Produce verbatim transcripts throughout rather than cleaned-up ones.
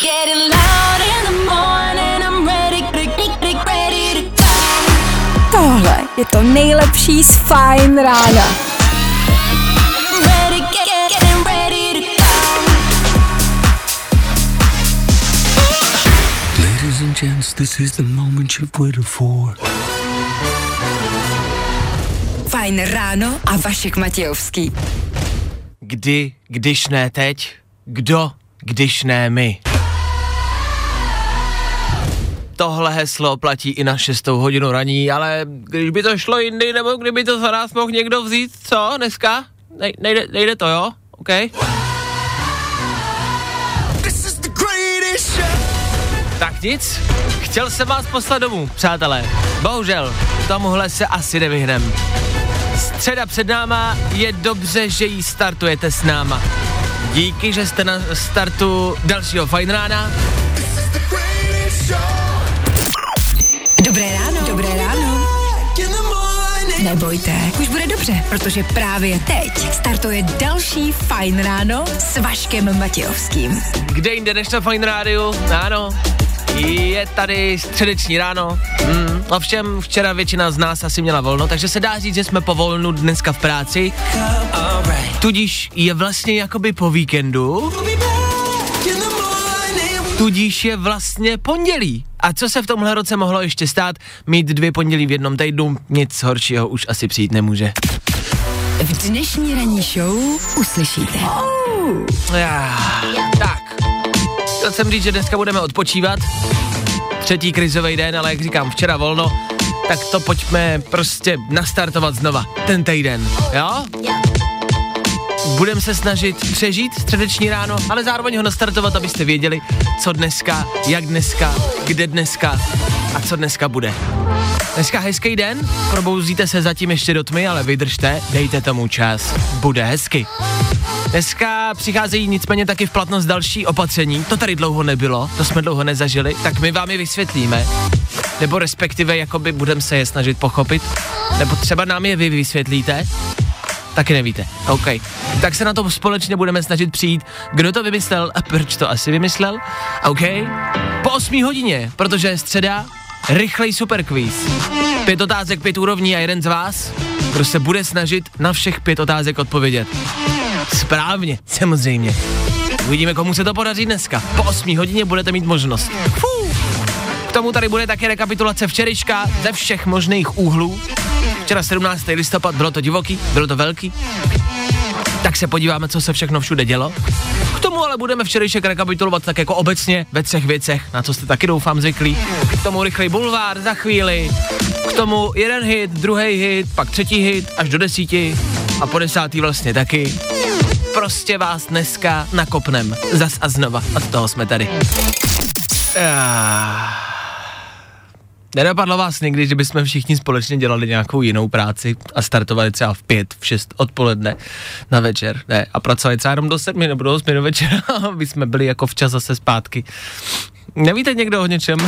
Tohle je to nejlepší z Fajn rána. Ladies and gents, this is the moment you've waited for. Fajn ráno a Vašek Matějovský. Kdy, když ne teď? Kdo, když ne my? Tohle heslo platí i na šestou hodinu raní, ale když by to šlo jindy, nebo kdyby to za nás mohl někdo vzít, co dneska? Nej, nejde, nejde to, jo? OK? Tak nic, chtěl jsem vás poslat domů, přátelé. Bohužel, tomuhle se asi nevyhnem. Středa před náma, je dobře, že jí startujete s náma. Díky, že jste na startu dalšího Fajn rána. Dobré ráno. Dobré ráno. Nebojte, už bude dobře, protože právě teď startuje další Fajn ráno s Vaškem Matějovským. Kde jinde než na Fajn rádiu? Ano, je tady středeční ráno. Hmm, ovšem včera většina z nás asi měla volno, takže se dá říct, že jsme po volnu dneska v práci. Tudíž je vlastně jakoby po víkendu. Tudíž je vlastně pondělí. A co se v tomhle roce mohlo ještě stát? Mít dvě pondělí v jednom týdnu, nic horšího už asi přijít nemůže. V dnešní ranní show uslyšíte. Oh. Já, tak, chtěl jsem říct, že dneska budeme odpočívat. Třetí krizový den, ale jak říkám, včera volno, tak to pojďme prostě nastartovat znova, ten týden, jo? Budeme se snažit přežít středeční ráno, ale zároveň ho nastartovat, abyste věděli, co dneska, jak dneska, kde dneska a co dneska bude. Dneska hezký den, probouzíte se zatím ještě do tmy, ale vydržte, dejte tomu čas, bude hezky. Dneska přicházejí nicméně taky v platnost další opatření, to tady dlouho nebylo, to jsme dlouho nezažili, tak my vám je vysvětlíme, nebo respektive jakoby budeme se je snažit pochopit, nebo třeba nám je vy vysvětlíte. Taky nevíte. OK. Tak se na to společně budeme snažit přijít. Kdo to vymyslel a proč to asi vymyslel? OK. Po osmé hodině, protože je středa, rychlej superkvíz. Pět otázek, pět úrovní a jeden z vás, kdo se bude snažit na všech pět otázek odpovědět. Správně, samozřejmě. Uvidíme, komu se to podaří dneska. Po osmé hodině budete mít možnost. Fuh. K tomu tady bude také rekapitulace včerejška ze všech možných úhlů. Včera sedmnáctého listopad, bylo to divoký, bylo to velký. Tak se podíváme, co se všechno všude dělo. K tomu ale budeme včerejšek rekapitulovat tak jako obecně ve třech věcech, na co jste taky doufám zvyklí. K tomu rychlej bulvár za chvíli, k tomu jeden hit, druhý hit, pak třetí hit, až do desíti a po desátý vlastně taky. Prostě vás dneska nakopnem zas a znova, od toho jsme tady. Ah. Nenapadlo vás někdy, že bychom všichni společně dělali nějakou jinou práci a startovali třeba v pět, v šest odpoledne na večer, ne, a pracovali třeba jenom do sedmi nebo do osmi do večera, aby jsme byli jako včas zase zpátky. Nevíte někdo o něčem?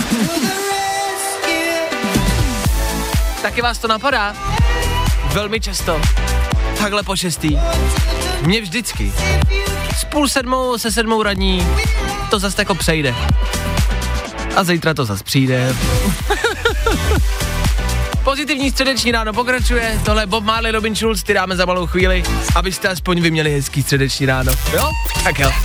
Taky vás to napadá? Velmi často. Takhle po šestý. Mně vždycky. S půl sedmou, se sedmou radní to zase jako přejde. A zítra to zase přijde. Pozitivní středeční ráno pokračuje, tohle je Bob Marley, Robin Schulz, ty dáme za malou chvíli, abyste aspoň vy měli hezký středeční ráno, jo? Tak jo.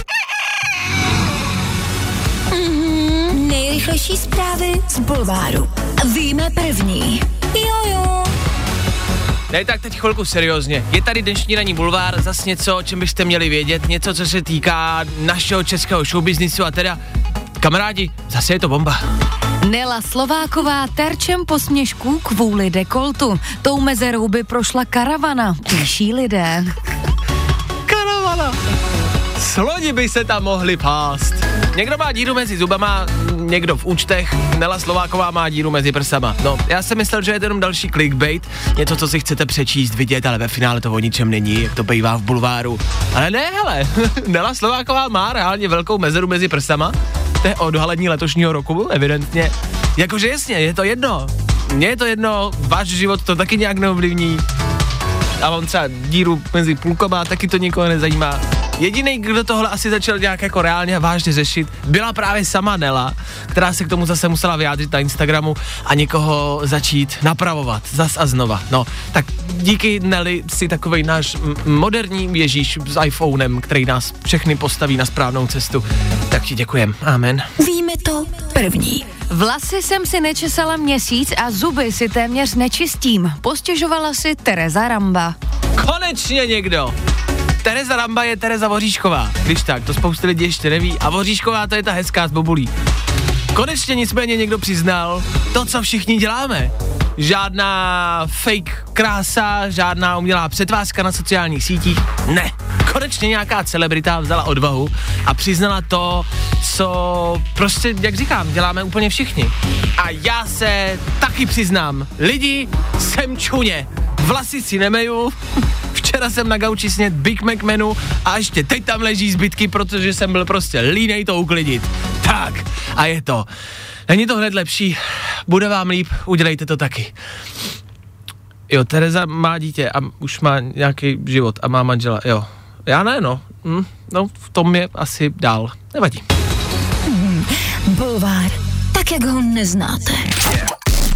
Mm-hmm, nejrychlejší zprávy z bulváru. Víme první. Jojo. Ne, tak teď chvilku seriózně. Je tady dnešní ranní bulvár, zas něco, o čem byste měli vědět, něco, co se týká našeho českého showbiznisu a teda, kamarádi, zase je to bomba. Nela Slováková terčem posměšků kvůli dekoltu. Tou mezerou by prošla karavana, píší lidé. Karavana. Sloni by se tam mohli pást. Někdo má díru mezi zubama, někdo v účtech, Nela Slováková má díru mezi prsama. No, já jsem myslel, že je to jenom další clickbait, něco, co si chcete přečíst, vidět, ale ve finále to o ničem není, jak to bývá v bulváru. Ale ne, hele, Nela Slováková má reálně velkou mezeru mezi prsama, to je odhalení letošního roku, evidentně. Jakože jasně, je to jedno. Mně je to jedno, váš život to taky nějak neovlivní. A on třeba díru mezi půlkama, taky to nikoho nezajímá. Jediný, kdo tohle asi začal nějak jako reálně a vážně řešit, byla právě sama Nela, která se k tomu zase musela vyjádřit na Instagramu a někoho začít napravovat zas a znova. No, tak díky Neli si takovej náš moderní Ježíš s iPhonem, který nás všechny postaví na správnou cestu. Tak ti děkujem. Amen. Víme to první. Vlasy jsem si nečesala měsíc a zuby si téměř nečistím. Postěžovala si Tereza Ramba. Konečně někdo. Tereza Ramba je Tereza Voříšková. Když tak, to spousta lidí ještě neví. A Voříšková to je ta hezká z bobulí. Konečně nicméně někdo přiznal to, co všichni děláme. Žádná fake krása, žádná umělá přetvářka na sociálních sítích. Ne. Konečně nějaká celebrita vzala odvahu a přiznala to, co prostě, jak říkám, děláme úplně všichni. A já se taky přiznám. Lidi, jsem čuně. Vlasy si nemeju. Včera jsem na gauči sněd Big Mac menu a ještě teď tam leží zbytky, protože jsem byl prostě línej to uklidit. Tak, a je to. Není to hned lepší? Bude vám líp, udělejte to taky. Jo, Tereza má dítě a už má nějaký život a má manžela, jo. Já ne, no. Hm, no, v tom je asi dál. Nevadí. Hmm, Bulvár, tak jak ho neznáte. Yeah.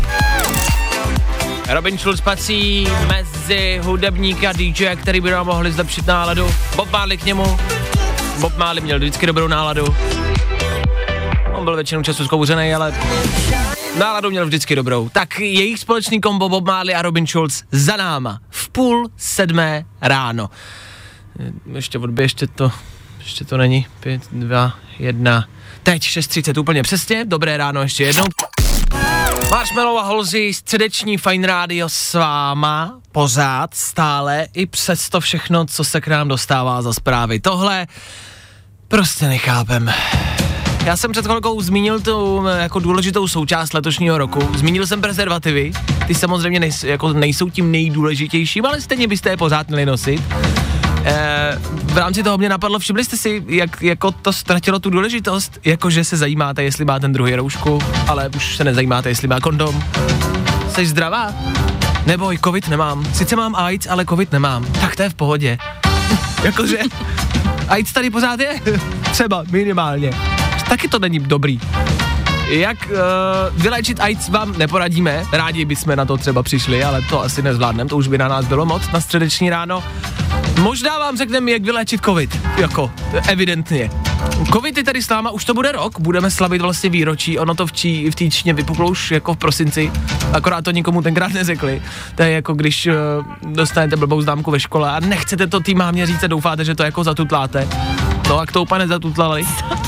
Robin Schulz patří mezi hudebníky a dý džeje, který by nám mohli zlepšit náladu. Bob Marley k němu. Bob Marley měl vždycky dobrou náladu. On byl většinou času zkouřenej, ale náladu měl vždycky dobrou. Tak jejich společný kombo Bob Marley a Robin Schulz za náma. V půl sedmé ráno. Ještě odběžte to, ještě to není. Pět, dva, jedna. Teď šest třicet úplně přesně. Dobré ráno ještě jednou. Marshmallow a Halsey, středeční Fajn rádio s váma, pořád, stále, i přes to všechno, co se k nám dostává za zprávy. Tohle prostě nechápem. Já jsem před chvilkou zmínil tu jako důležitou součást letošního roku. Zmínil jsem prezervativy, ty samozřejmě nejsou, jako nejsou tím nejdůležitějším, ale stejně byste je pořád měli nosit. E, v rámci toho mě napadlo, všimli jste si, jak jako to ztratilo tu důležitost, jakože se zajímáte, jestli má ten druhý roušku, ale už se nezajímáte, jestli má kondom. Jsi zdravá? Neboj, covid nemám. Sice mám AIDS, ale covid nemám. Tak to je v pohodě. Jakože AIDS tady pořád je. Třeba minimálně. Taky to není dobrý. Jak uh, vyléčit AIDS vám neporadíme, rádi bychom na to třeba přišli, ale to asi nezvládneme, to už by na nás bylo moc na středeční ráno. Možná vám řekneme, jak vyléčit covid, jako evidentně. Covid je tady s náma, už to bude rok, budeme slavit vlastně výročí, ono to v, čí, v té Číně vypuklo už jako v prosinci, akorát to nikomu tenkrát neřekli. To je jako když uh, dostanete blbou známku ve škole a nechcete to tý mámě říct a doufáte, že to jako zatutláte. No a k to úplně zatutlali.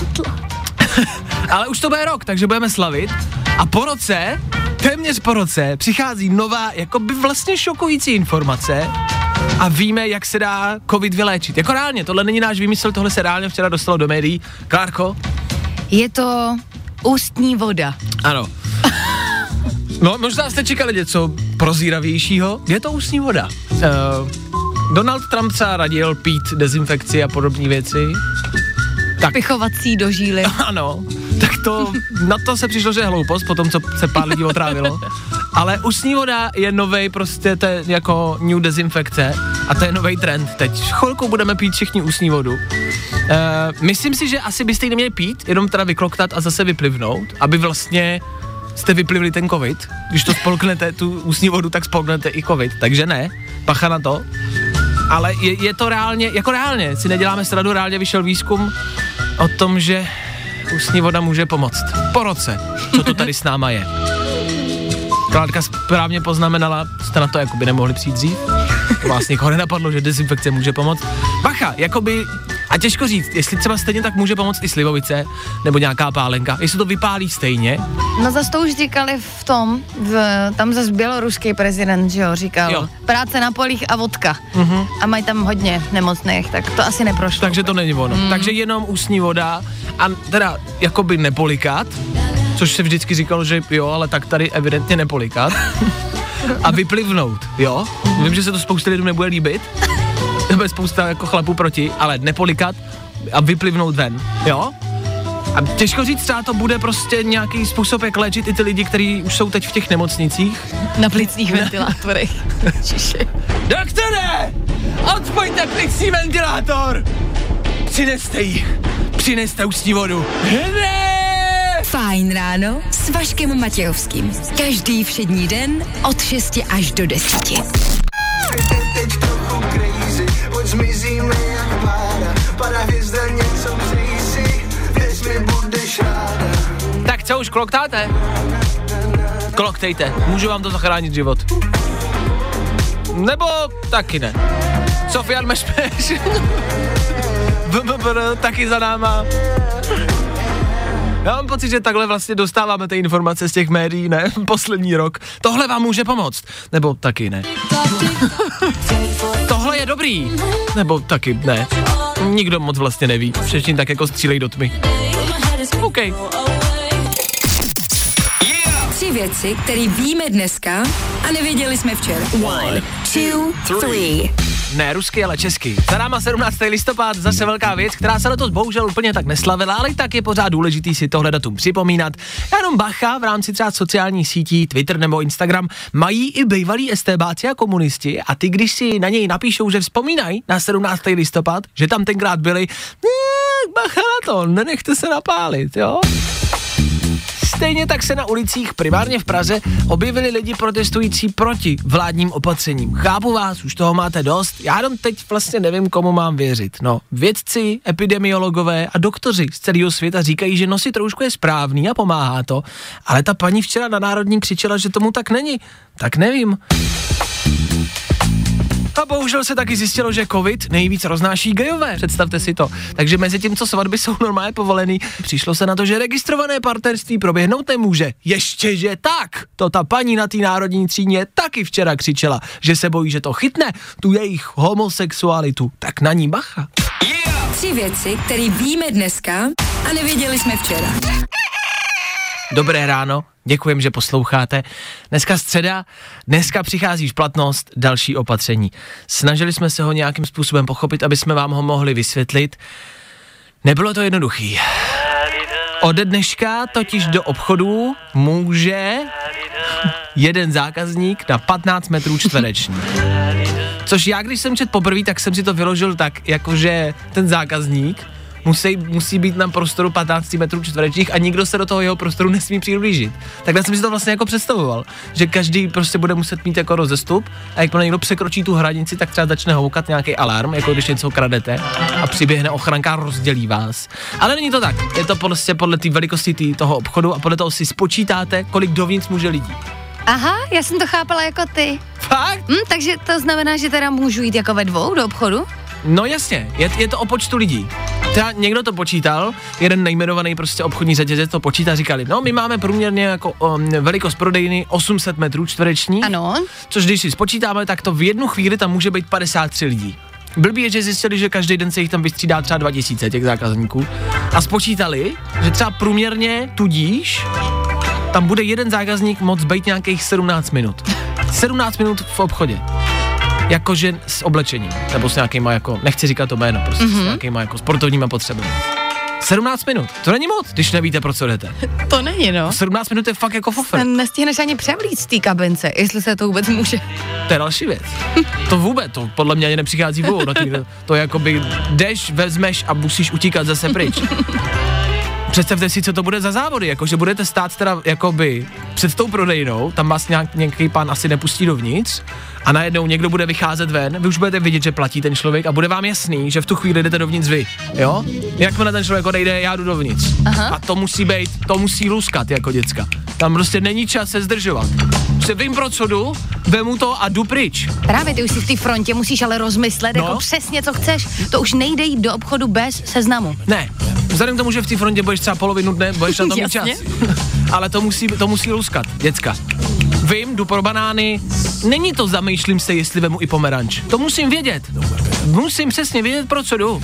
Ale už to bude rok, takže budeme slavit a po roce, téměř po roce, přichází nová, jakoby vlastně šokující informace a víme, jak se dá covid vyléčit. Jako reálně, tohle není náš výmysl, tohle se reálně včera dostalo do médií. Klárko? Je to ústní voda. Ano. No, možná jste čekali něco prozíravějšího. Je to ústní voda. Uh, Donald Trump se radil pít dezinfekci a podobné věci. Tak. Pichovací do žíly. Ano, tak to, na to se přišlo, že je hloupost, po tom, co se pár lidí otrávilo. Ale ústní voda je novej, prostě to je jako new dezinfekce a to je novej trend teď. Chvilku budeme pít všichni ústní vodu. E, myslím si, že asi byste ji neměli pít, jenom teda vykloktat a zase vyplivnout, aby vlastně jste vyplivli ten covid. Když to spolknete, tu ústní vodu, tak spolknete i covid, takže ne, pacha na to. Ale je, je to reálně, jako reálně, si neděláme sradu, reálně vyšel výzkum o tom, že ústní voda může pomoct. Po roce, co to tady s náma je. Kládka správně poznamenala, jste na to jakoby nemohli přijít dřív. To vás někoho nenapadlo, že dezinfekce může pomoct. Bacha, jakoby, a těžko říct, jestli třeba stejně tak může pomoct i slivovice, nebo nějaká pálenka, jestli to vypálí stejně. No zase to už říkali v tom, v, tam zase běloruský prezident, že jo, říkal, jo. Práce na polích a vodka. Uh-huh. A mají tam hodně nemocných, tak to asi neprošlo. Takže to není ono. Mm. Takže jenom ústní voda a teda jakoby nepolikat, což se vždycky říkalo, že jo, ale tak tady evidentně nepolikat. A vyplivnout, jo? Vím, že se to spousta lidem nebude líbit, bude spousta jako chlapů proti, ale nepolikat a vyplivnout ven, jo? A těžko říct, třeba to bude prostě nějaký způsob, jak léčit i ty lidi, kteří už jsou teď v těch nemocnicích. Na plicních ventilátorech. Doktore! Odpojte plicní ventilátor! Přineste jí. Přineste už s ní vodu. Ne! Fajn ráno s Vaškem Matějovským. Každý všední den od šesti až do deseti. Teď trochu crazy, pojď zmizíme jak pára, padá hvězda něco crazy, věř mi, budeš ráda. Tak co, už kloktáte? Kloktejte, můžu vám to zachránit život. Nebo taky ne. Sofian Mešpeš. B B B R taky za náma. Já mám pocit, že takhle vlastně dostáváme ty informace z těch médií, ne? Poslední rok. Tohle vám může pomoct. Nebo taky ne. Tohle je dobrý. Nebo taky ne. Nikdo moc vlastně neví. Všichni tak jako střílej do tmy. OK. Tři věci, které víme dneska a nevěděli jsme včera. One, two, three. Ne rusky, ale česky. Za náma sedmnáctého listopad, zase velká věc, která se letos bohužel úplně tak neslavila, ale i tak je pořád důležitý si tohle datum připomínat. Jenom bacha, v rámci třeba sociálních sítí, Twitter nebo Instagram, mají i bývalí estébáci a komunisti a ty, když si na něj napíšou, že vzpomínají na sedmnáctého listopad, že tam tenkrát byli, ne, bacha na to, nenechte se napálit, jo? Stejně tak se na ulicích, primárně v Praze, objevili lidi protestující proti vládním opatřením. Chápu vás, už toho máte dost, já jenom teď vlastně nevím, komu mám věřit. No, vědci, epidemiologové a doktoři z celého světa říkají, že nosit roušku je správný a pomáhá to, ale ta paní včera na Národní křičela, že tomu tak není. Tak nevím. A bohužel se taky zjistilo, že covid nejvíc roznáší gejové, představte si to. Takže mezi tím, co svatby jsou normálně povolený, přišlo se na to, že registrované partnerství proběhnout nemůže. Ještě že tak! To ta paní na té Národní třídě taky včera křičela, že se bojí, že to chytne, tu jejich homosexualitu. Tak na ní bacha. Yeah! Tři věci, které víme dneska a nevěděli jsme včera. Dobré ráno, děkujem, že posloucháte. Dneska středa, dneska přichází v platnost další opatření. Snažili jsme se ho nějakým způsobem pochopit, aby jsme vám ho mohli vysvětlit. Nebylo to jednoduchý. Ode dneška totiž do obchodů může jeden zákazník na patnáct metrů čtverečních. Což já, když jsem čet poprvé, tak jsem si to vyložil tak, jakože ten zákazník Musí, musí být na prostoru patnáct metrů čtverečních a nikdo se do toho jeho prostoru nesmí přiblížit. Takhle jsem si to vlastně jako představoval, že každý prostě bude muset mít jako rozestup a jakmile někdo překročí tu hranici, tak třeba začne houkat nějaký alarm, jako když něco kradete a přiběhne ochranka a rozdělí vás. Ale není to tak, je to prostě podle té velikosti tý, toho obchodu a podle toho si spočítáte, kolik dovnitř může lidí. Aha, já jsem to chápala jako ty. Fakt? Hm, takže to znamená, že teda můžu jít jako ve dvou do obchodu? No jasně, je, je to o počtu lidí. Teda někdo to počítal, jeden nejmenovaný prostě obchodní řetězec to počítá, říkali, no my máme průměrně jako um, velikost prodejny osm set metrů čtverečních. Ano. Což když si spočítáme, tak to v jednu chvíli tam může být padesát tři lidí. Blbý je, že zjistili, že každý den se jich tam vystřídá třeba dva tisíce těch zákazníků a spočítali, že třeba průměrně tudíž tam bude jeden zákazník moc být nějakých sedmnáct minut. sedmnáct minut v obchodě. Jakože s oblečením, nebo s nějakýma jako, nechci říkat to jméno, prostě mm-hmm. s nějakýma jako sportovníma potřebami. sedmnáct minut, to není moc, když nevíte, pro co jdete. To není, no. sedmnáct minut je fakt jako fofr. Nestihneš ani převlít z té kabince, jestli se to vůbec může. To je další věc. To vůbec, to podle mě ani nepřichází vůbec. No, to je jakoby jdeš, vezmeš a musíš utíkat zase pryč. Představte si, co to bude za závody, jakože budete stát teda jakoby před tou prodejnou, tam vás nějak, nějaký pán asi nepustí dovnitř a najednou někdo bude vycházet ven, vy už budete vidět, že platí ten člověk a bude vám jasný, že v tu chvíli jdete dovnitř vy, jo? Jakmile ten člověk odejde, já jdu dovnitř. Aha. A to musí být, to musí luskat jako děcka. Tam prostě není čas se zdržovat. Se vím, pro co jdu, vemu to a jdu pryč. Právě ty už si v té frontě musíš ale rozmyslet, no? Jako přesně co chceš. To už nejde jít do obchodu bez seznamu. Ne, vzhledem k tomu, že v té frontě budeš třeba polovinu dne, budeš na tom mít čas. Ale to musí, to musí luskat, děcka. Vím, jdu pro banány, není to zamýšlím se, jestli vemu i pomeranč. To musím vědět. Musím přesně vědět, pro co jdu.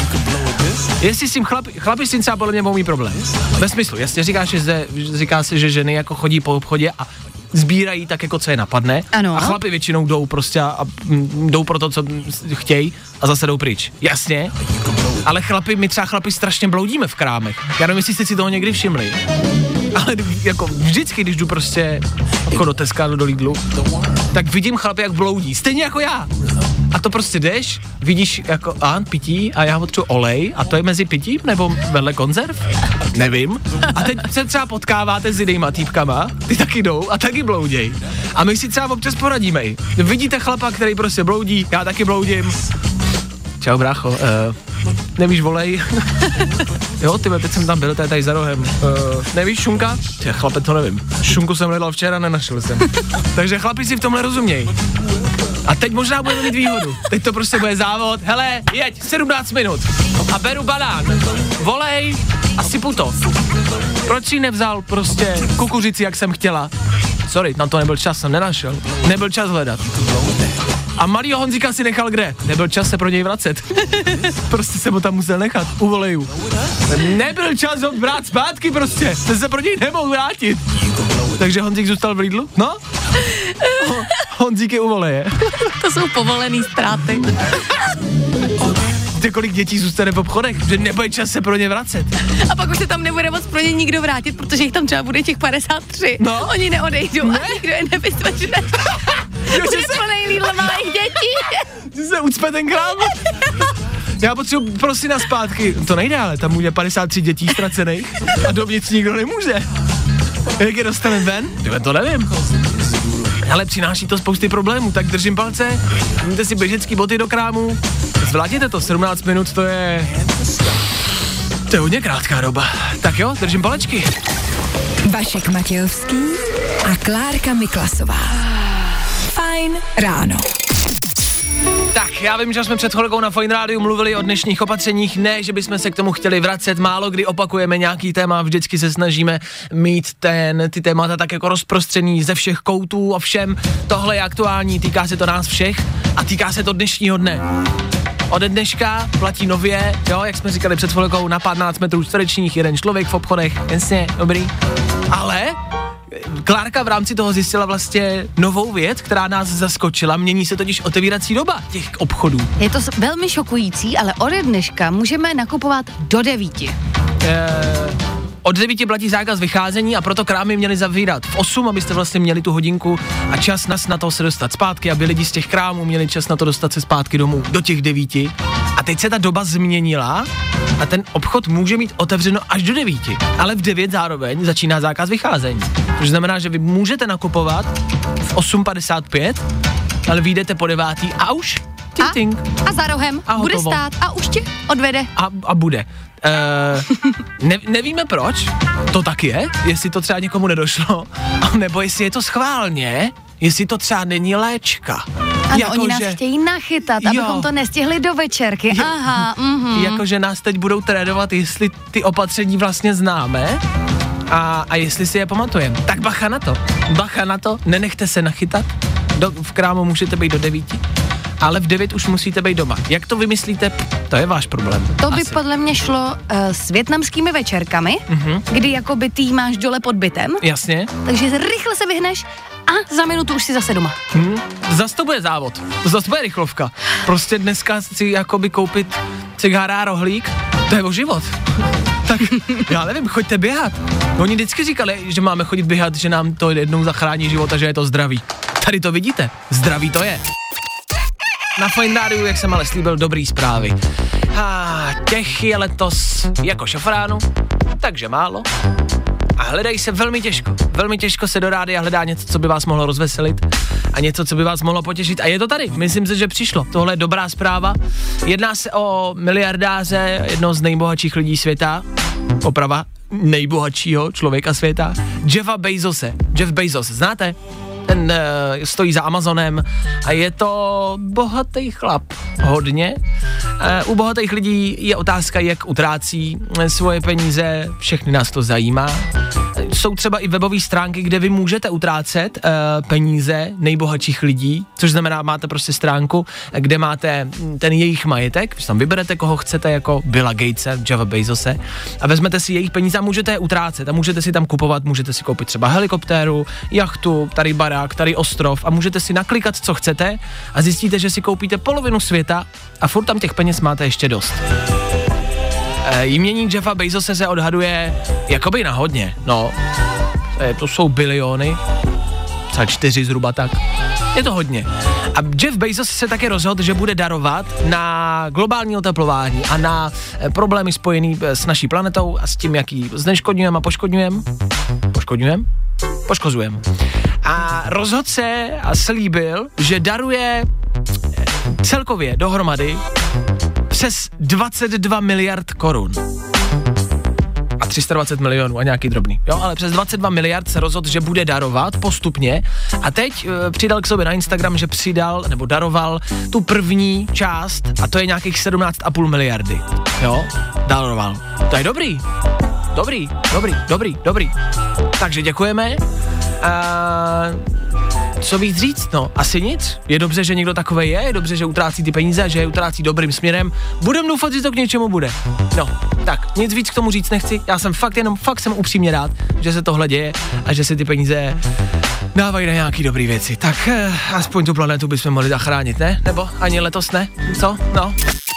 Jestli s tím chlapi, chlapi s tím třeba podle mě mít problém. Ve smyslu, jasně říkáš, že říká se, že ženy jako chodí po obchodě a sbírají tak jako co je napadne. Ano. A chlapi většinou jdou prostě a, a jdou pro to, co chtějí a zase jdou pryč. Jasně, ale chlapi, my třeba chlapi strašně bloudíme v krámech. Já nevím, jestli jste si toho někdy všimli. Ale jako vždycky, když jdu prostě jako do Teska, do Lidlu, tak vidím chlapy, jak bloudí. Stejně jako já. A to prostě jdeš, vidíš jako, a pití a já potřebuji olej a to je mezi pitím nebo vedle konzerv? Nevím. A teď se třeba potkáváte s jinýma týpkama, ty taky jdou a taky blouděj. A my si třeba občas poradíme. Vidíte chlapa, který prostě bloudí, já taky bloudím. Čau brácho, uh, nevíš volej? Jo, tyhle, teď jsem tam byl, to je tady za rohem. Uh, nevíš šunka? Tě, chlape, to nevím. Šunku jsem hledal včera, nenašel jsem. Takže chlapi si v tomhle rozuměj. A teď možná budeme mít výhodu. Teď to prostě bude závod. Hele, jeď, sedmnáct minut. A beru banán. Volej a sypu to. Proč jsi nevzal prostě kukuřici, jak jsem chtěla? Sorry, na to nebyl čas, jsem nenašel. Nebyl čas hledat. A malýho Honzíka si nechal kde? Nebyl čas se pro něj vracet. Prostě jsem ho tam musel nechat, u voleju. Nebyl čas ho brát zpátky prostě, jsem se pro něj nemohl vrátit. Takže Honzík zůstal v Lidlu? No? Ho, Honzík je u voleje. To jsou povolený ztráty. Víte, kolik dětí zůstane v obchodech, že nebude čas se pro ně vracet. A pak už se tam nebude moc pro ně nikdo vrátit, protože jich tam třeba bude těch padesát tři. No. Oni neodejdou ne? A nikdo je nevyslečne. Bude se... plnej Lidl malých dětí. Že se ucpe ten krám. Já potřebuji prosím na zpátky. To nejde, ale tam bude padesát tři dětí ztracených a dovnitř nikdo nemůže. Jak je dostaneme ven? Tyhle to nevím. Ale přináší to spousty problémů, tak držím palce, mějte si běžecký boty do krámu, zvládněte to, sedmnáct minut, to je... To je hodně krátká doba. Tak jo, držím palečky. Vašek Matějovský a Klárka Miklasová. Fajn ráno. Tak, já vím, že jsme před chvilkou na Fajn rádiu mluvili o dnešních opatřeních, ne, že bychom se k tomu chtěli vracet, málo kdy opakujeme nějaký téma, vždycky se snažíme mít ten, ty témata tak jako rozprostřený ze všech koutů, ovšem tohle je aktuální, týká se to nás všech a týká se to dnešního dne. Ode dneška platí nově, jo, jak jsme říkali před chvilkou, na patnáct metrů čtverečních, jeden člověk v obchodech, jasně, dobrý, ale... Klárka v rámci toho zjistila vlastně novou věc, která nás zaskočila, mění se totiž otevírací doba těch obchodů. Je to velmi šokující, ale ode dneška můžeme nakupovat do devíti. Eee, od devíti platí zákaz vycházení a proto krámy měly zavírat v osm, abyste vlastně měli tu hodinku a čas nas na to se dostat zpátky, aby lidi z těch krámů měli čas na to dostat se zpátky domů do těch devíti. A teď se ta doba změnila a ten obchod může mít otevřeno až do devíti, ale v devět zároveň začíná zákaz vycházení. To znamená, že vy můžete nakupovat v osm padesát pět, ale vyjdete po devátý a už ting, ting. A, a za rohem a bude stát a už tě odvede. A, a bude. Uh, ne, nevíme proč, to tak je, jestli to třeba někomu nedošlo, nebo jestli je to schválně, jestli to třeba není léčka. Ano, jako oni nás že... chtějí nachytat, jo. Abychom to nestihli do večerky. Jo. Aha, mhm. Jakože nás teď budou trénovat, jestli ty opatření vlastně známe a, a jestli si je pamatujeme. Tak bacha na to, bacha na to, nenechte se nachytat, do, v krámu můžete být do devíti. Ale v devět už musíte být doma. Jak to vymyslíte, to je váš problém. To by asi. Podle mě šlo uh, s vietnamskými večerkami, uh-huh. kdy jakoby ty máš dole pod bytem. Jasně. Takže rychle se vyhneš a za minutu už si zase doma. Hmm. Zas to bude závod, zas to bude rychlovka. Prostě dneska si jakoby koupit cigára a rohlík, to je o život. Tak já nevím, choďte běhat. Oni vždycky říkali, že máme chodit běhat, že nám to jednou zachrání život a že je to zdraví. Tady to vidíte, zdraví to je. Na Fajn rádiu, jak jsem ale slíbil, dobrý zprávy. A těch je letos jako šafránu, takže málo. A hledají se velmi těžko. Velmi těžko se do rádia hledá něco, co by vás mohlo rozveselit a něco, co by vás mohlo potěšit. A je to tady. Myslím si, že přišlo. Tohle je dobrá zpráva. Jedná se o miliardáře, jednoho z nejbohatších lidí světa. Oprava, nejbohatšího člověka světa. Jeffa Bezose. Jeff Bezos, znáte? Ten uh, stojí za Amazonem a je to bohatý chlap. Hodně. Uh, u bohatých lidí je otázka, jak utrácí svoje peníze, všechny nás to zajímá. Jsou třeba i webové stránky, kde vy můžete utrácet uh, peníze nejbohatších lidí, což znamená, máte prostě stránku, kde máte ten jejich majetek, tam vyberete, koho chcete, jako Billa Gatese, Jeffa Bezose a vezmete si jejich peníze a můžete je utrácet a můžete si tam kupovat, můžete si koupit třeba helikoptéru, jachtu, tady barák, tady ostrov a můžete si naklikat, co chcete a zjistíte, že si koupíte polovinu světa a furt tam těch peněz máte ještě dost. E, jmění Jeffa Bezose se odhaduje jakoby na hodně, no, e, to jsou biliony, třeba čtyři zhruba tak. Je to hodně. A Jeff Bezos se také rozhodl, že bude darovat na globální oteplování a na e, problémy spojený s naší planetou a s tím, jaký zneškodňujeme a poškodňujeme. Poškodňujeme? Poškozujeme. A rozhodl se a slíbil, že daruje celkově dohromady přes dvacet dva miliard korun. A tři sta dvacet milionů a nějaký drobný. Jo, ale přes dvacet dva miliard se rozhodl, že bude darovat postupně a teď e, přidal k sobě na Instagram, že přidal nebo daroval tu první část a to je nějakých sedmnáct a půl miliardy. Jo, daroval. To je dobrý. Dobrý, dobrý, dobrý, dobrý. Takže děkujeme. A co víc říct, no, asi nic. Je dobře, že někdo takovej je, je dobře, že utrácí ty peníze, že je utrácí dobrým směrem. Budem doufat, že to k něčemu bude. No, tak, nic víc k tomu říct nechci. Já jsem fakt jenom, fakt jsem upřímně rád, že se tohle děje a že se ty peníze dávají na nějaký dobrý věci. Tak eh, aspoň tu planetu bychom mohli zachránit, ne? Nebo ani letos ne? Co? No.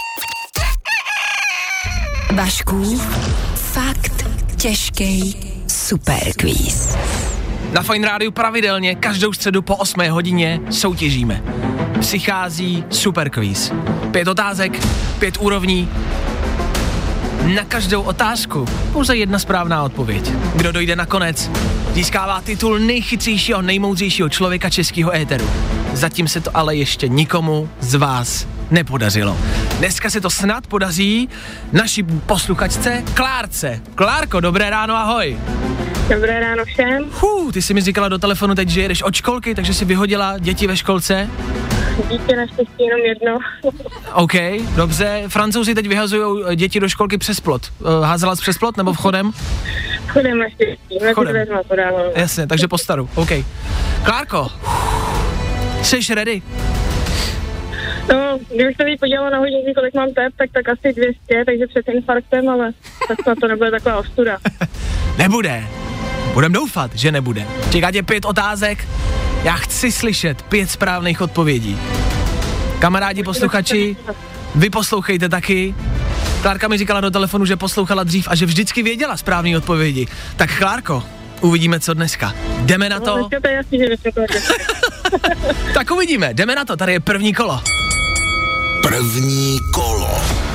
Vašku, fakt těžký superquiz. Na Fajn rádiu pravidelně každou středu po osmé hodině soutěžíme. Přichází superquiz. Pět otázek, pět úrovní. Na každou otázku pouze jedna správná odpověď. Kdo dojde na konec, získává titul nejchytřejšího, nejmoudřejšího člověka českého éteru. Zatím se to ale ještě nikomu z vás nepodařilo. Dneska se to snad podaří naší posluchačce Klárce. Klárko, dobré ráno, ahoj. Dobré ráno všem. Hů, ty jsi mi říkala do telefonu teď, že jedeš od školky, takže jsi vyhodila děti ve školce. Dítě naštěstí jenom jedno. OK, dobře. Francouzi teď vyhazují děti do školky přes plot. Uh, házela jsi přes plot nebo vchodem? Chodem naštěstí, mezi dveřma podávám. Jasně, takže po staru, OK. Klárko, jsi ready? No, kdybych se teď podívala na hodinky, kolik mám tep, tak tak asi dvě stě, takže před infarktem, ale tak na to nebude taková ostuda. Nebude. Budem doufat, že nebude. Čeká tě pět otázek. Já chci slyšet pět správných odpovědí. Kamarádi, posluchači, vy poslouchejte taky. Klárka mi říkala do telefonu, že poslouchala dřív a že vždycky věděla správné odpovědi. Tak Klárko, uvidíme, co dneska. Jdeme na to? No, to je jasný, že vysvětlujete. Tak uvidíme, jdeme na to, tady je první kolo. První kolo.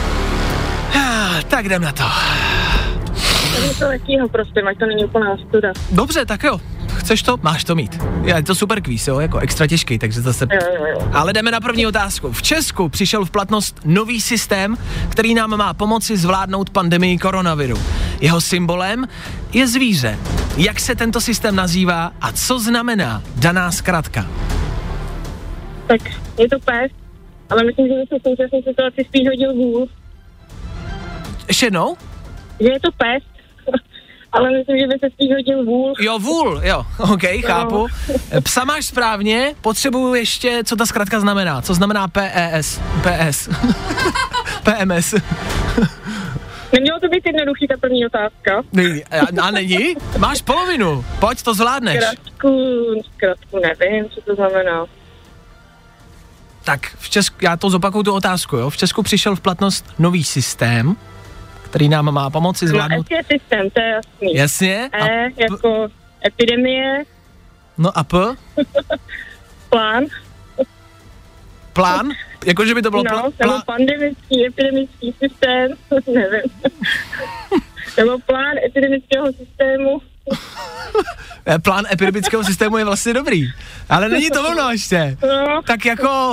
Tak jdem na to. To je lehkýho prostě, ať to není úplná studa. Dobře, tak jo. Chceš to? Máš to mít. Je to super kvíz, jo, jako extra těžký, takže zase... Jo, jo, jo. Ale jdeme na první otázku. V Česku přišel v platnost nový systém, který nám má pomoci zvládnout pandemii koronaviru. Jeho symbolem je zvíře. Jak se tento systém nazývá a co znamená daná zkratka? Tak je to pes, ale myslím, že by se v současné situaci spíš hodil vůl. Ještě jednou? Že je to pes, ale myslím, že by se spíš hodil vůl. Jo, vůl, jo, OK, chápu. Psa máš správně, potřebuju ještě, co ta zkratka znamená. Co znamená P E S? P S. P M S. Nemělo to být jednoduchý, ta první otázka. Není, a, a není? Máš polovinu, pojď, to zvládneš. Zkratku, zkratku nevím, co to znamená. Tak v Česku, já to zopakuju tu otázku, jo. V Česku přišel v platnost nový systém, který nám má pomoci zvládnout... No, S je systém, to je jasný. Jasně. E p... jako epidemie. No a P? Plán. Plán? Jakože by to bylo... No, pl- nebo plá... pandemický, epidemický systém, nevím. Nebo plán epidemického systému. Plán epidemického systému je vlastně dobrý, ale není to ono ještě. No. Tak jako...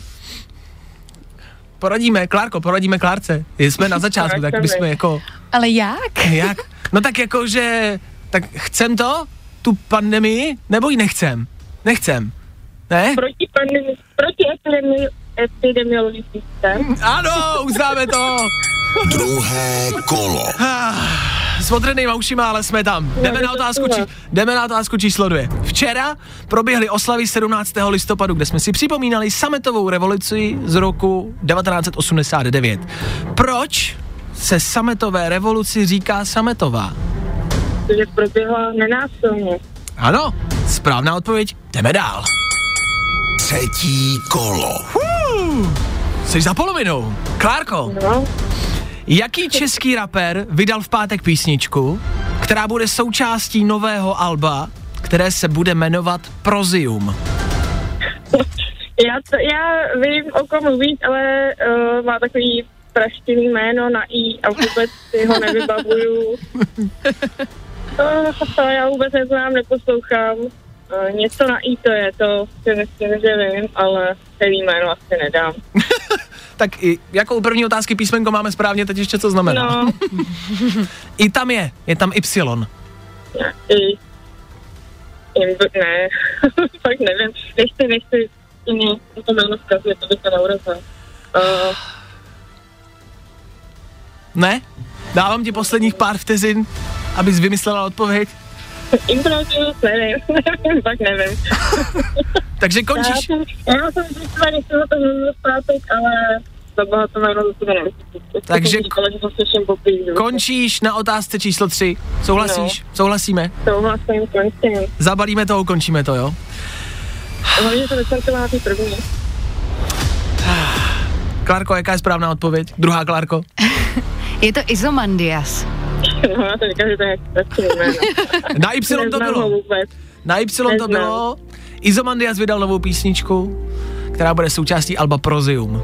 Poradíme, Klárko, poradíme Klárce. Jsme na začátku, tak bychom jako... Ale jak? Jak? No tak jako, že... Tak chcem to? Tu pandemii? Nebo ji nechcem? Nechcem. Ne? Proti pandemii, proti epidemii, epidemiologický systém. Ano, uznáme to. Druhé kolo. S otřenýma ušima, ale jsme tam. Jdeme na otázku, či, jdeme na otázku číslo dvě. Včera proběhly oslavy sedmnáctého listopadu, kde jsme si připomínali sametovou revoluci z roku devatenáct set osmdesát devět. Proč se sametové revoluci říká sametová? Protože proběhla nenásilně. Ano, správná odpověď. Jdeme dál. Třetí kolo. Uh, jsi za polovinou. Klárko. No. Jaký český rapper vydal v pátek písničku, která bude součástí nového alba, které se bude jmenovat Prozium? Já, to, já vím, o kom mluvíš, ale uh, má takový praštěný jméno na I a vůbec si ho nevybavuju. Uh, já vůbec neznám, neposlouchám. Uh, něco na I to je, to si myslím, že vím, ale celý jméno asi nedám. Tak i jako u první otázky písmenko máme správně, teď ještě co znamená. No. I tam je, je tam Y. Ne, I. I ne, fakt nevím. Nechci, nechci, jiný, to jméno zkazuje, to by se neurazil. Uh, Ne? Dávám ti posledních pár vteřin, abys vymyslela odpověď. Imperativus, nevím, nevím, fakt nevím. Takže končíš. Já jsem, já jsem zjistila, že jsem to neměl zpátek, ale za boha to jméno za sebe nevím. Takže k- končíš na otázce číslo tři. Souhlasíš? No. Souhlasíme? Souhlasím, končím. Zabalíme to, ukončíme to, jo? Hlavně to vycentovala na té první. Klárko, jaká je správná odpověď? Druhá Klárko? Je to Izomandias. No, já to říkám, že to je strašný jméno. Na Y to bylo. Na Y to bylo. Izomandias vydal novou písničku, která bude součástí alba Prozium.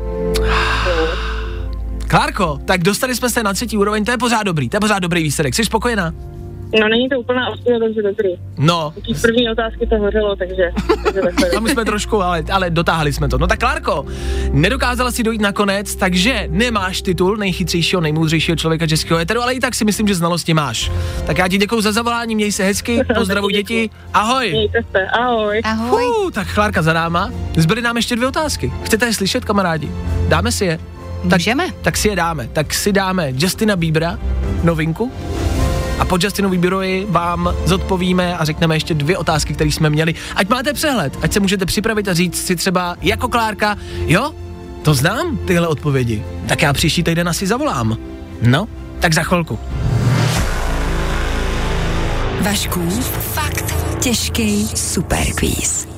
Klárko, tak dostali jsme se na třetí úroveň, to je pořád dobrý, to je pořád dobrý výsledek. Jsi spokojená? No, není to úplná ostuda, takže dobrý. No. Taký první otázky to hořelo, takže... takže Tam jsme trošku, ale, ale dotáhli jsme to. No tak Klárko, nedokázala si dojít nakonec, takže nemáš titul nejchytřejšího, nejmoudřejšího člověka českého éteru, ale i tak si myslím, že znalosti máš. Tak já ti děkuju za zavolání, měj se hezky, pozdravuj děti, ahoj. Mějte se, ahoj. Ahoj. Fů, tak Klárka za náma, zbyly nám ještě dvě otázky. Chcete je slyšet, kamarádi? Dáme si je? Tak, Můžeme. tak si je dáme. Tak si dáme Justina Biebera, novinku. A po Justinovi Bieberovi vám zodpovíme a řekneme ještě dvě otázky, které jsme měli. Ať máte přehled, ať se můžete připravit a říct si třeba jako Klárka, jo, to znám, tyhle odpovědi. Tak já příští týden asi zavolám. No, tak za chvilku. Vaškův fakt těžký superquiz.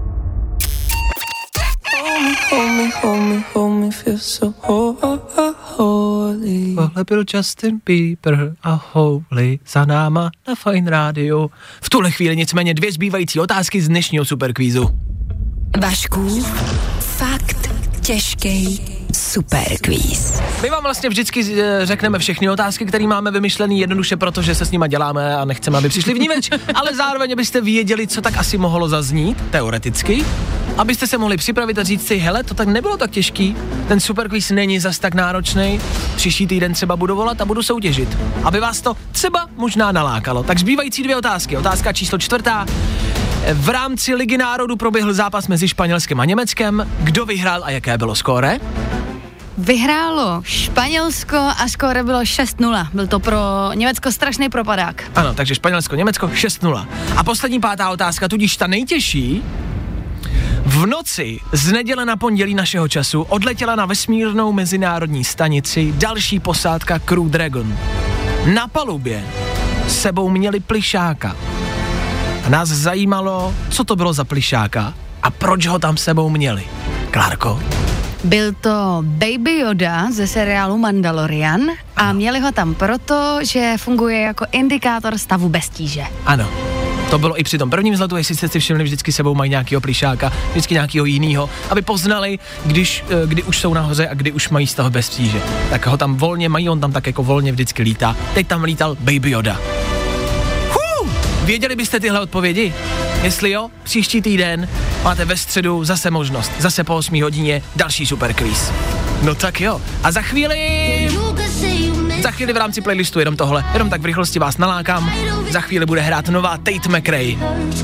Tohle byl Justin Bieber a Holy za náma na Fajn rádiu. V tuhle chvíli nicméně dvě zbývající otázky z dnešního superkvízu. Vaškův fakt těžký superquiz. My vám vlastně vždycky řekneme všechny otázky, které máme vymyšlený jednoduše, protože se s nima děláme a nechceme, aby přišli vníveč, ale zároveň abyste věděli, co tak asi mohlo zaznít, teoreticky, abyste se mohli připravit a říct si, hele, to tak nebylo tak těžký, ten superquiz není zas tak náročný, příští týden třeba budu volat a budu soutěžit, aby vás to třeba možná nalákalo. Tak zbývající dvě otázky. Otázka číslo čtvrtá. V rámci Ligy národů proběhl zápas mezi Španělskem a Německem. Kdo vyhrál a jaké bylo skóre? Vyhrálo Španělsko a skóre bylo šest nula. Byl to pro Německo strašný propadák. Ano, takže Španělsko, Německo šest nula. A poslední pátá otázka, tudíž ta nejtěžší. V noci z neděle na pondělí našeho času odletěla na vesmírnou mezinárodní stanici další posádka Crew Dragon. Na palubě s sebou měli plišáka. A nás zajímalo, co to bylo za plišáka a proč ho tam s sebou měli. Klárko? Byl to Baby Yoda ze seriálu Mandalorian a měli ho tam proto, že funguje jako indikátor stavu bez tíže. Ano. To bylo i při tom prvním vzletu, jestli jste si všimli, vždycky sebou mají nějakýho plišáka, vždycky nějakýho jinýho, aby poznali, když, kdy už jsou nahoře a kdy už mají stav bez tíže. Tak ho tam volně mají, on tam tak jako volně vždycky lítá. Teď tam lítal Baby Yoda. Hů! Věděli byste tyhle odpovědi? Jestli jo, příští týden máte ve středu zase možnost, zase po osmé hodině další superquiz. No tak jo. A za chvíli... Za chvíli v rámci playlistu jenom tohle, jenom tak v rychlosti vás nalákám. Za chvíli bude hrát nová Tate McRae.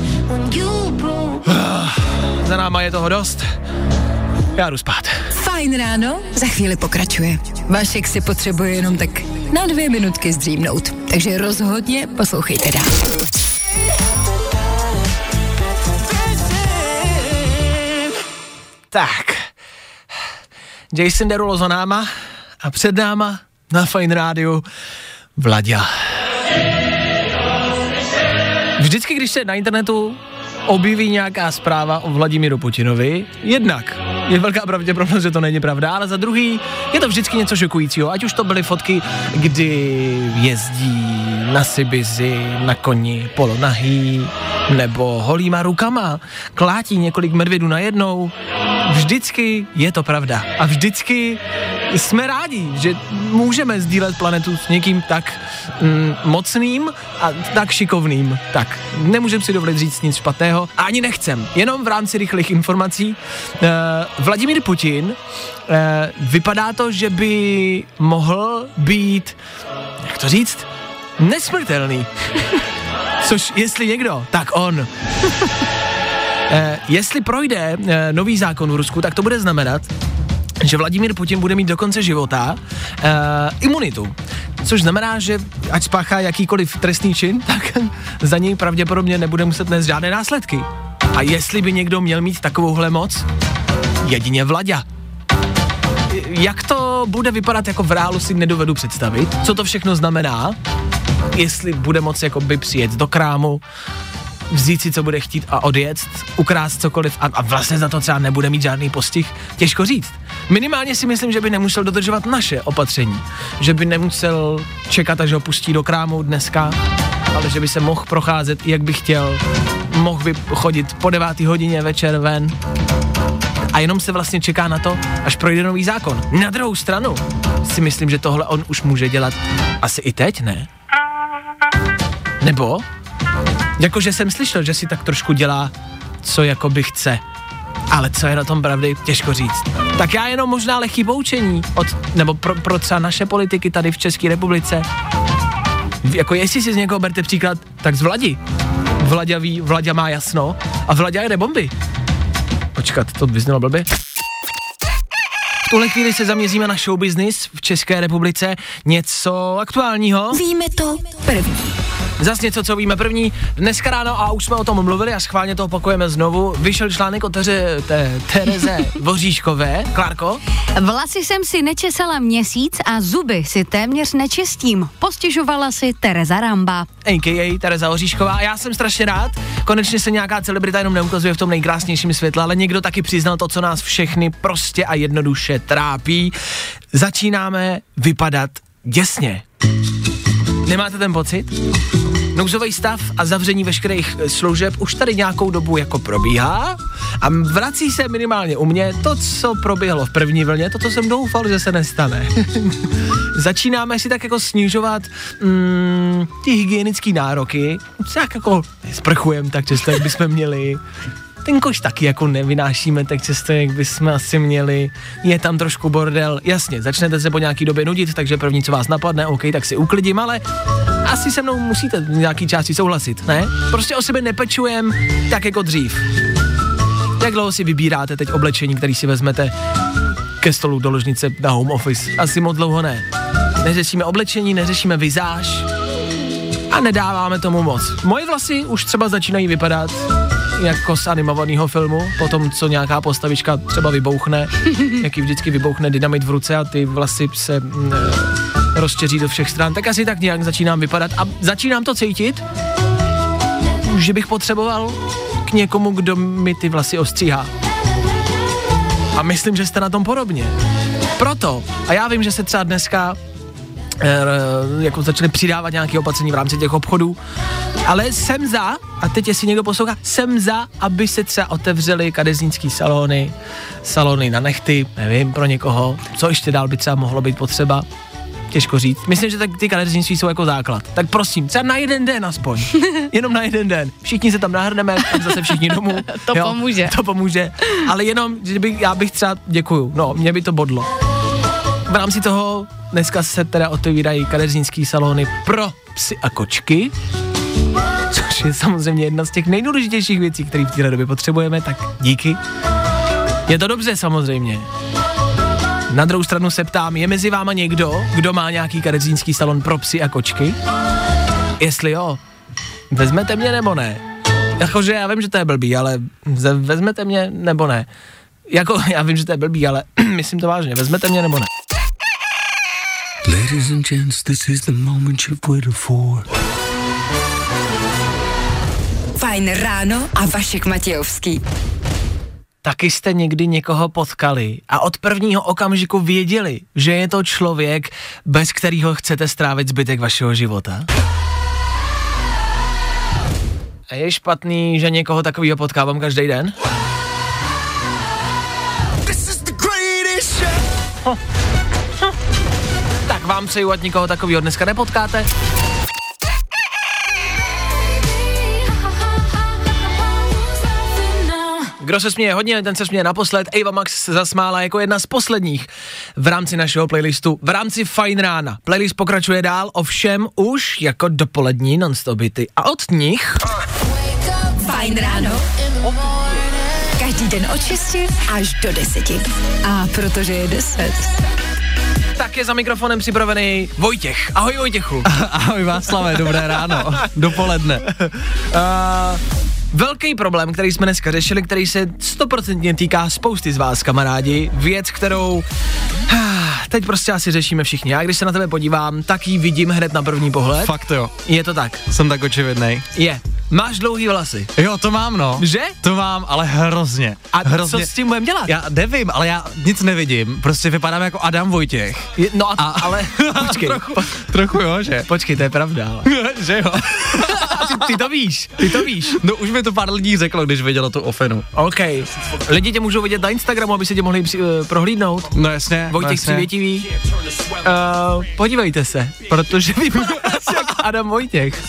Za náma je toho dost. Já jdu spát. Fajn ráno, za chvíli pokračuje. Vašek si potřebuje jenom tak na dvě minutky zdřímnout, takže rozhodně poslouchejte dál. Tak. Jason Derulo za náma a před náma na Fajn rádiu Vlaďa. Vždycky, když se na internetu objeví nějaká zpráva o Vladimíru Putinovi, jednak je velká pravděpodobnost, že to není pravda, ale za druhý je to vždycky něco šokujícího, ať už to byly fotky, kdy jezdí na Sibiři, na koni, polonahý, nebo holýma rukama klátí několik medvědů najednou. Vždycky je to pravda. A vždycky jsme rádi, že můžeme sdílet planetu s někým tak mm, mocným a tak šikovným. Tak, nemůžeme si dovolit říct nic špatného a ani nechcem. Jenom v rámci rychlých informací. Uh, Vladimír Putin, uh, vypadá to, že by mohl být, jak to říct, nesmrtelný. Což jestli někdo, tak on. Eh, jestli projde eh, nový zákon v Rusku, tak to bude znamenat, že Vladimír Putin bude mít do konce života eh, imunitu. Což znamená, že ať spáchá jakýkoliv trestný čin, tak za něj pravděpodobně nebude muset nést žádné následky. A jestli by někdo měl mít takovouhle moc, jedině Vlaďa. Jak to bude vypadat jako v reálu, si nedovedu představit. Co to všechno znamená? Jestli bude moct jako by přijet do krámu, vzít si, co bude chtít a odjet, ukrást cokoliv a, a vlastně za to třeba nebude mít žádný postih, těžko říct. Minimálně si myslím, že by nemusel dodržovat naše opatření. Že by nemusel čekat, až ho pustí do krámu dneska, ale že by se mohl procházet, jak by chtěl. Mohl by chodit po devátý hodině večer ven. A jenom se vlastně čeká na to, až projde nový zákon. Na druhou stranu si myslím, že tohle on už může dělat asi i teď, ne? Nebo? Jakože jsem slyšel, že si tak trošku dělá, co jakoby chce. Ale co je na tom pravdy, těžko říct. Tak já jenom možná lehký poučení od, nebo pro, pro třeba naše politiky tady v České republice. Jako jestli si z někoho berte příklad, tak z Vladi. Vlaďa ví, Vlaďa má jasno a Vlaďa jede bomby. Počkat, to vyznělo blbě. V tuhle chvíli se zaměříme na show business v České republice. Něco aktuálního. Víme to první. Zas něco, co víme první. Dneska ráno, a už jsme o tom mluvili a schválně to opakujeme znovu, vyšel článek o teře, te, Tereze Voříškové. Klárko? Vlasy jsem si nečesala měsíc a zuby si téměř nečistím. Postěžovala si Tereza Ramba. á ká á Tereza Voříšková. A já jsem strašně rád. Konečně se nějaká celebrita jenom neukazuje v tom nejkrásnějším světle, ale někdo taky přiznal to, co nás všechny prostě a jednoduše trápí. Začínáme vypadat děsně. Nemáte ten pocit? Nouzový stav a zavření veškerých služeb už tady nějakou dobu jako probíhá a vrací se minimálně u mě to, co proběhlo v první vlně, to, co jsem doufal, že se nestane. Začínáme si tak jako snižovat mm, ty hygienické nároky, tak jako nesprchujeme tak často, jak bychom měli. Ten koš taky jako nevynášíme tak často, jak bychom asi měli. Je tam trošku bordel. Jasně, začnete se po nějaký době nudit, takže první, co vás napadne, OK, tak si uklidím, ale asi se mnou musíte v nějaký části souhlasit, ne? Prostě o sebe nepečujem tak jako dřív. Jak dlouho si vybíráte teď oblečení, který si vezmete ke stolu do ložnice na home office? Asi moc dlouho ne. Neřešíme oblečení, neřešíme vizáž a nedáváme tomu moc. Moje vlasy už třeba začínají vypadat jako z animovaného filmu, potom co nějaká postavička třeba vybouchne, jaký vždycky vybouchne dynamit v ruce a ty vlasy se mm, rozčeří do všech stran, tak asi tak nějak začínám vypadat a začínám to cítit, že bych potřeboval k někomu, kdo mi ty vlasy ostříhá. A myslím, že jste na tom podobně. Proto, a já vím, že se třeba dneska e, jako začaly přidávat nějaké opatření v rámci těch obchodů, ale jsem za, a teď jestli někdo poslouchá, jsem za, aby se třeba otevřely kadeřnický salony, salony na nechty, nevím, pro někoho, co ještě dál by třeba mohlo být potřeba, těžko říct. Myslím, že tak ty kadeřnictví jsou jako základ. Tak prosím, třeba na jeden den aspoň, jenom na jeden den. Všichni se tam nahrneme, tak zase všichni domů. To jo, pomůže. To pomůže, ale jenom, že bych, já bych třeba, děkuju, no, mě by to bodlo. V rámci toho dneska se teda otevírají kadeřnický salony pro psy a kočky, což je samozřejmě jedna z těch nejdůležitějších věcí, které v této době potřebujeme, tak díky. Je to dobře samozřejmě. Na druhou stranu se ptám, je mezi váma někdo, kdo má nějaký kadeřnický salon pro psy a kočky? Jestli jo, vezmete mě nebo ne? Jakože já vím, že to je blbý, ale vezmete mě nebo ne? Jako já vím, že to je blbý, ale myslím to vážně, vezmete mě nebo ne? Ladies and gents, this is the moment you've waited for. Fajn ráno a Vašek Matějovský. Taky jste někdy někoho potkali a od prvního okamžiku věděli, že je to člověk, bez kterého chcete strávit zbytek vašeho života? A je špatný, že někoho takovýho potkávám každý den? Ho. Ho. Tak vám přeju, ať nikoho takovýho dneska nepotkáte. Kdo se směje hodně, ten se směje naposled. Ava Max se zasmála jako jedna z posledních v rámci našeho playlistu, v rámci Fajn rána. Playlist pokračuje dál, ovšem už jako dopolední non-stop hity. A od nich... Fajn ráno. Každý den od šesti až do deseti. A protože je deset. Tak je za mikrofonem připravený Vojtěch. Ahoj Vojtěchu. Ahoj Václave, dobré ráno, dopoledne. Uh, velký problém, který jsme dneska řešili, který se stoprocentně týká spousty z vás, kamarádi. Věc, kterou teď prostě asi řešíme všichni. Já když se na tebe podívám, tak ji vidím hned na první pohled. Fakt jo. Je to tak. Jsem tak očividnej. Je. Máš dlouhý vlasy. Jo, to mám, no. Že? To mám, ale hrozně. A hrozně. co s tím budem dělat? Já nevím, ale já nic nevidím. Prostě vypadám jako Adam Vojtěch. Je, no a, a ale, počkej. trochu, trochu jo, že? Počkej, to je pravda, ale. Že jo. ty, ty to víš, ty to víš. No už mi to pár lidí řeklo, když vidělo tu ofenu. OK. Lidi tě můžou vidět na Instagramu, aby si tě mohli uh, prohlídnout. No jasně. Vojtěch jasně. Přivětivý. Uh, podívejte se, protože vypadáš jak Adam Vojtěch.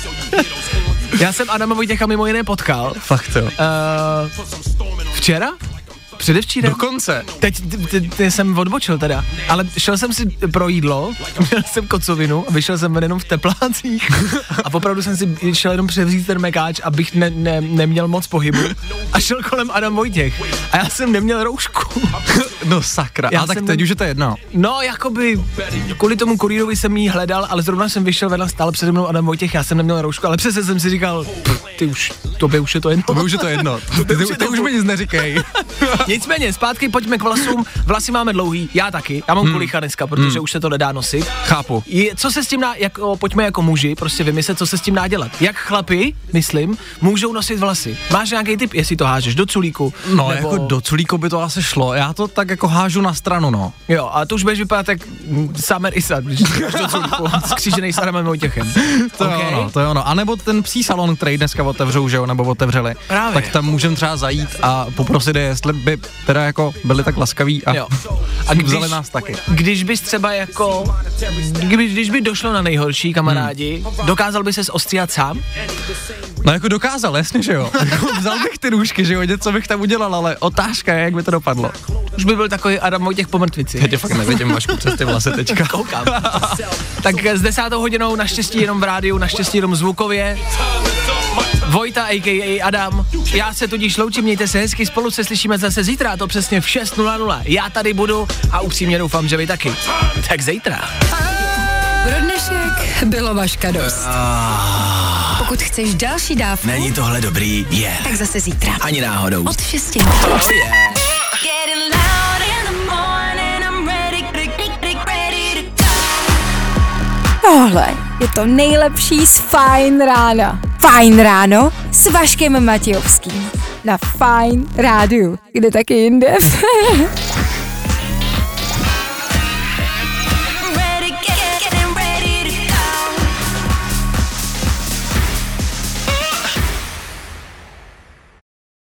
Já jsem Adama Vojtěcha mimo jiné potkal. Fakt jo. Uh, včera? Předevčírem? Dokonce. Teď t- t- jsem odbočil teda, ale šel jsem si pro jídlo, měl jsem kocovinu a vyšel jsem ven jenom v teplácích a opravdu jsem si šel jenom převzít ten mekáč, abych ne, ne, neměl moc pohybu a šel kolem Adam Vojtěch a já jsem neměl roušku. No sakra, Já a tak jsem teď ne... už je to jedno. No, jakoby kvůli tomu kurýrovi jsem jí hledal, ale zrovna jsem vyšel ven a stál přede mnou Adam Vojtěch, já jsem neměl roušku, ale přesně jsem si říkal, ty už, tobě už je to jedno. Tobě už je to jedno, ty, ty, ty, ty už mi nic neříkej. Nicméně, zpátky pojďme k vlasům. Vlasy máme dlouhý, já taky. Já mám hmm. kulicha dneska, protože hmm. už se to nedá nosit. Chápu. Je, co se s tím dá, jako, pojďme jako muži, prostě vymyslet, co se s tím dá dělat. Jak chlapi, myslím, můžou nosit vlasy. Máš nějaký tip, jestli to hážeš do culíku? No, nebo... jako do culíku by to asi šlo. Já to tak jako hážu na stranu, no. Jo, a to už budeš vypadat jak Samer Isa, když jdeš do culíku, skřížený s Adamem Vojtěchem. To okay. jo, no, to jo, no. A nebo ten psí salon, který dneska otevřou, že jo, nebo otevřeli. Právě. Tak tam můžem třeba zajít a poprosit je, jestli by teda jako byli tak laskaví a, a když, vzali nás taky. Když bys třeba jako, když, když by došlo na nejhorší, kamarádi, hmm. dokázal by ses ostříhat sám? No jako dokázal, jasně, že jo. Vzal bych ty nůžky, že jo, něco bych tam udělal, ale otázka je, jak by to dopadlo. Už by byl takový Adam Vojtěch po mrtvici. Já tě fakt nevidím, Vašku, přes ty vlasy teďka. Koukám. Tak s desátou hodinou naštěstí jenom v rádiu, naštěstí jenom zvukově. Vojta, a ká a. Adam. Já se tudíž loučím, mějte se hezky, spolu se slyšíme zase zítra, to přesně v šest nula nula. Já tady budu a upřímně doufám, že vy taky. Tak zítra. Pro dnešek bylo Vaška dost. Pokud chceš další dávku, Není tohle dobrý, je. Yeah. tak zase zítra. Ani náhodou. Od šesti. Oh yeah. Tohle je to nejlepší z Fajn rána. Fajn ráno s Vaškem Matějovským. Na Fajn rádiu. Kde taky jinde?